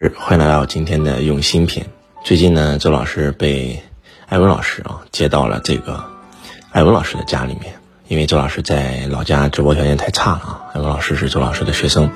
欢迎来到今天的用心篇。最近呢，周老师被艾文老师接到了这个艾文老师的家里面，因为周老师在老家直播条件太差了艾文老师是周老师的学生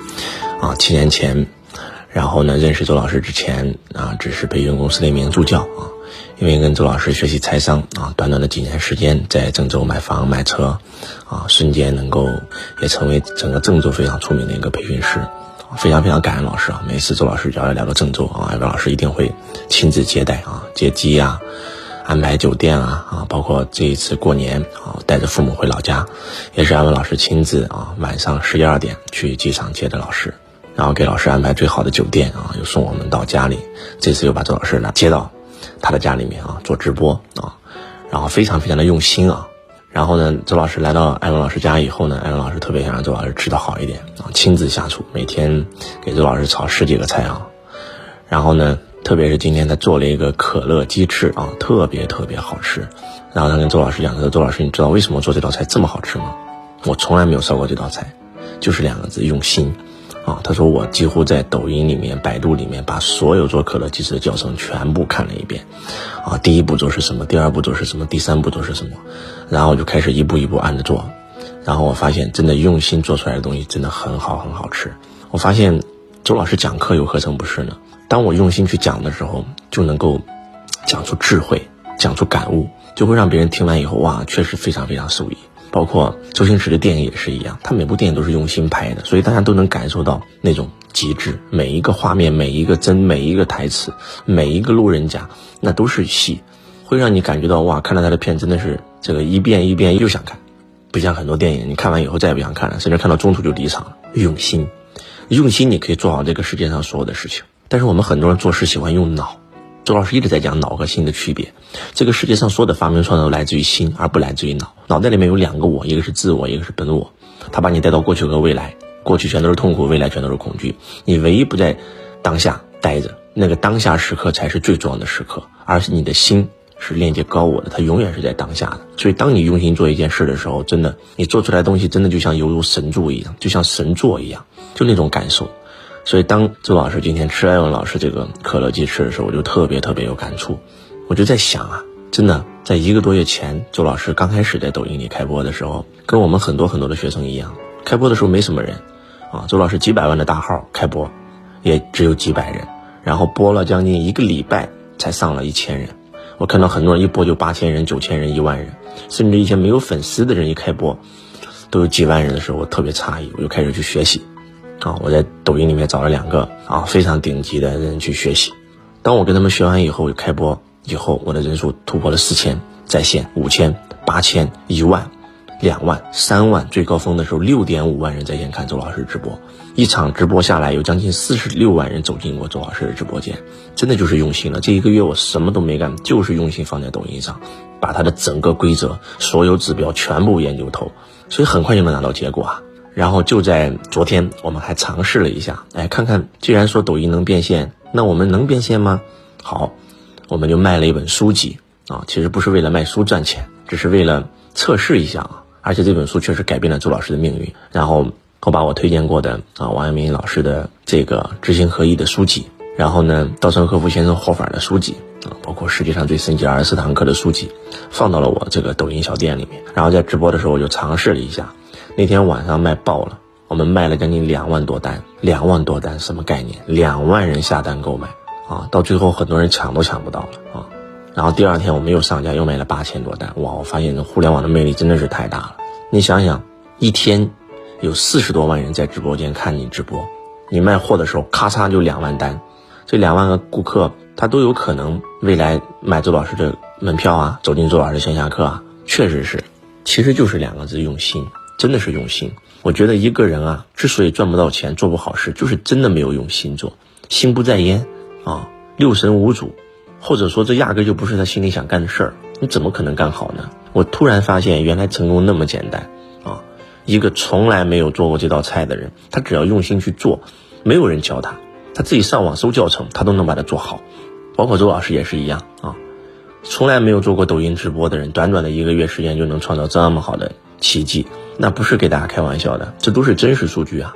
7年前，然后呢认识周老师之前只是培训公司的一名助教因为跟周老师学习财商短短的几年时间，在郑州买房买车瞬间能够也成为整个郑州非常出名的一个培训师。非常感恩老师每次周老师只要来到郑州艾文老师一定会亲自接待接机安排酒店包括这一次过年带着父母回老家，也是艾文老师亲自晚上11、12点去机场接的老师，然后给老师安排最好的酒店又送我们到家里。这次又把周老师接到他的家里面做直播然后非常的用心然后呢，周老师来到艾文老师家以后呢，艾文老师特别想让周老师吃得好一点亲自下厨，每天给周老师炒10几个菜然后呢，特别是今天他做了一个可乐鸡翅特别好吃。然后他跟周老师讲，他说周老师，你知道为什么做这道菜这么好吃吗？我从来没有烧过这道菜，就是2个字，用心他说我几乎在抖音里面百度里面把所有做可乐鸡翅的教程全部看了一遍第一步骤是什么，第二步骤是什么，第三步骤是什么，然后我就开始一步一步按着做，然后我发现真的用心做出来的东西真的很好吃。我发现周老师讲课又何尝不是呢？当我用心去讲的时候，就能够讲出智慧，讲出感悟，就会让别人听完以后哇，确实非常受益。包括周星驰的电影也是一样，他每部电影都是用心拍的，所以大家都能感受到那种极致，每一个画面，每一个每一个台词，每一个路人甲，那都是戏，会让你感觉到哇，看到他的片真的是这个一遍又想看，不像很多电影你看完以后再也不想看了，甚至看到中途就离场了。用心你可以做好这个世界上所有的事情，但是我们很多人做事喜欢用脑。周老师一直在讲脑和心的区别，这个世界上所有的发明创造都来自于心，而不来自于脑。脑袋里面有2个我，一个是自我，一个是本我，他把你带到过去和未来，过去全都是痛苦，未来全都是恐惧，你唯一不在当下待着，那个当下时刻才是最重要的时刻，而你的心是链接高我的，它永远是在当下的。所以当你用心做一件事的时候，真的你做出来的东西真的就像犹如神助一样，就像神作一样，就那种感受。所以当周老师今天吃艾文老师这个可乐鸡翅的时候，我就特别有感触。我就在想真的在1个多月前，周老师刚开始在抖音里开播的时候，跟我们很多的学生一样，开播的时候没什么人周老师几百万的大号开播也只有几百人，然后播了将近1个礼拜才上了1000人。我看到很多人一播就8000人、9000人、1万人，甚至一些没有粉丝的人一开播都有几万人的时候，我特别诧异，我就开始去学习我在抖音里面找了2个非常顶级的人去学习。当我跟他们学完以后，开播以后，我的人数突破了4000，在线5000、8000、1万、2万、3万，最高峰的时候6.5万人在线看周老师直播。一场直播下来，有将近46万人走进过周老师的直播间，真的就是用心了。这1个月我什么都没干，就是用心放在抖音上，把它的整个规则、所有指标全部研究透，所以很快就能拿到结果然后就在昨天，我们还尝试了一下，看看既然说抖音能变现，那我们能变现吗？好，我们就卖了一本书籍其实不是为了卖书赚钱，只是为了测试一下而且这本书确实改变了周老师的命运。然后我把我推荐过的王阳明老师的这个知行合一的书籍，然后呢稻盛和夫先生活法的书籍包括世界上最神奇24堂课的书籍，放到了我这个抖音小店里面。然后在直播的时候我就尝试了一下，那天晚上卖爆了，我们卖了将近2万多单，2万多单什么概念？2万人下单购买到最后很多人抢都抢不到了然后第2天我们又上架，又卖了8000多单。哇，我发现互联网的魅力真的是太大了。你想想，一天有40多万人在直播间看你直播，你卖货的时候咔嚓就2万单，这2万个顾客他都有可能未来买周老师的门票走进周老师线下课确实是，其实就是2个字，用心，真的是用心。我觉得一个人之所以赚不到钱，做不好事，就是真的没有用心做，心不在焉六神无主，或者说这压根就不是他心里想干的事儿，你怎么可能干好呢？我突然发现原来成功那么简单一个从来没有做过这道菜的人，他只要用心去做，没有人教他，他自己上网搜教程，他都能把它做好。包括周老师也是一样从来没有做过抖音直播的人，短短的1个月时间就能创造这么好的奇迹，那不是给大家开玩笑的，这都是真实数据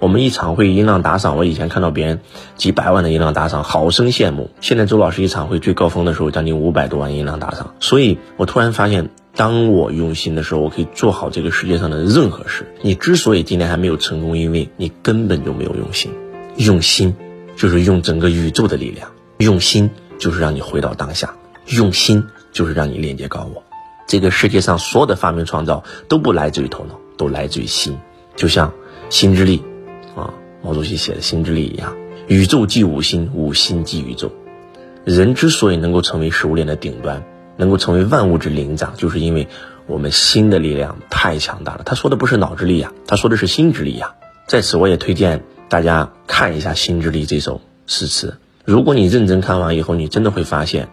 我们一场会音浪打赏，我以前看到别人几百万的音浪打赏，好生羡慕。现在周老师一场会最高峰的时候，将近500多万音浪打赏。所以我突然发现，当我用心的时候，我可以做好这个世界上的任何事。你之所以今天还没有成功，因为你根本就没有用心。用心就是用整个宇宙的力量，用心就是让你回到当下，用心就是让你链接高我。这个世界上所有的发明创造都不来自于头脑，都来自于心。就像心之力毛主席写的心之力一样，宇宙即五心，五心即宇宙。人之所以能够成为食物链的顶端，能够成为万物之灵长，就是因为我们心的力量太强大了。他说的不是脑之力啊，他说的是心之力啊。在此我也推荐大家看一下《心之力》这首诗词。如果你认真看完以后，你真的会发现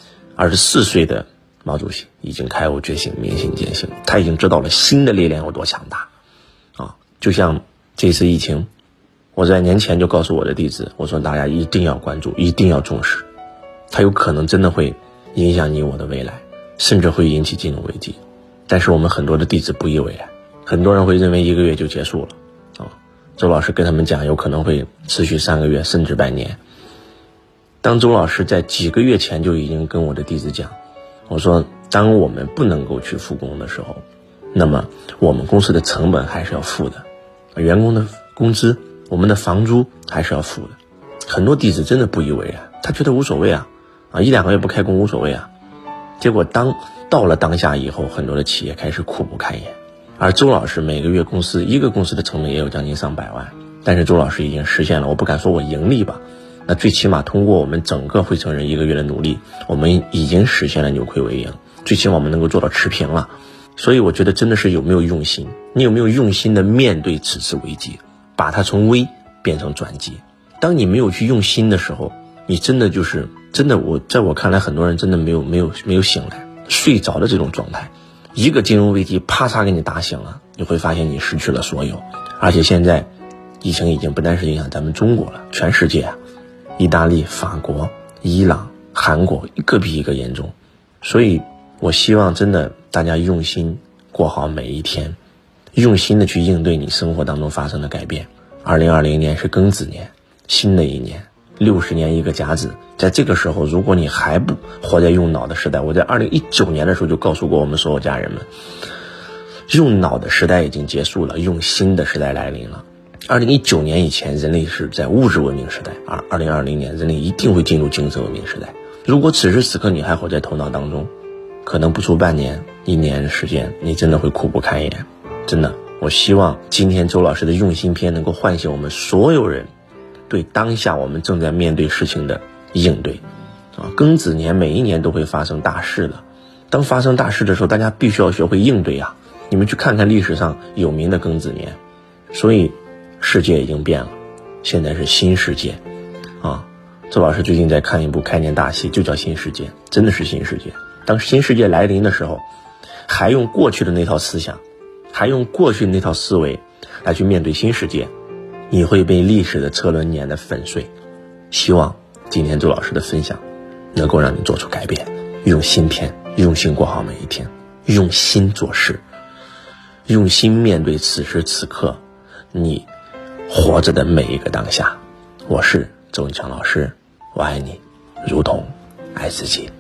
24岁的毛主席已经开悟觉醒，明心见性，他已经知道了心的力量有多强大就像这次疫情，我在年前就告诉我的弟子，我说大家一定要关注，一定要重视，它有可能真的会影响你我的未来，甚至会引起金融危机。但是我们很多的弟子不以为然，很多人会认为1个月就结束了周老师跟他们讲，有可能会持续3个月甚至半年。当周老师在几个月前就已经跟我的弟子讲，我说当我们不能够去复工的时候，那么我们公司的成本还是要付的，员工的工资，我们的房租还是要付的。很多弟子真的不以为然，他觉得无所谓1-2个月不开工无所谓结果到了当下以后，很多的企业开始苦不堪言。而周老师每个月一个公司的成本也有将近上百万，但是周老师已经实现了，我不敢说我盈利吧，那最起码通过我们整个汇成人1个月的努力，我们已经实现了扭亏为盈，最起码我们能够做到持平了。所以我觉得真的是有没有用心，你有没有用心的面对此次危机，把它从危变成转机。当你没有去用心的时候，你真的在我看来，很多人真的没有醒来，睡着的这种状态。一个金融危机啪嚓给你打醒了，你会发现你失去了所有。而且现在疫情已经不单是影响咱们中国了，全世界意大利、法国、伊朗、韩国一个比一个严重。所以我希望真的大家用心过好每一天，用心的去应对你生活当中发生的改变。2020年是庚子年，新的一年，60年一个甲子。在这个时候，如果你还不活在用脑的时代，我在2019年的时候就告诉过我们所有家人们，用脑的时代已经结束了，用心的时代来临了。2019年以前，人类是在物质文明时代，而2020年人类一定会进入精神文明时代。如果此时此刻你还活在头脑当中，可能不出半年、1年的时间，你真的会苦不堪言。真的，我希望今天周老师的用心篇能够唤醒我们所有人对当下我们正在面对事情的应对庚子年每一年都会发生大事的，当发生大事的时候，大家必须要学会应对你们去看看历史上有名的庚子年。所以世界已经变了，现在是新世界周老师最近在看一部开年大戏，就叫新世界，真的是新世界。当新世界来临的时候，还用过去的那套思想，还用过去的那套思维来去面对新世界，你会被历史的车轮碾得粉碎。希望今天周老师的分享能够让你做出改变，用心篇，用心过好每一天，用心做事，用心面对此时此刻你活着的每一个当下。我是周文强老师，我爱你如同爱自己。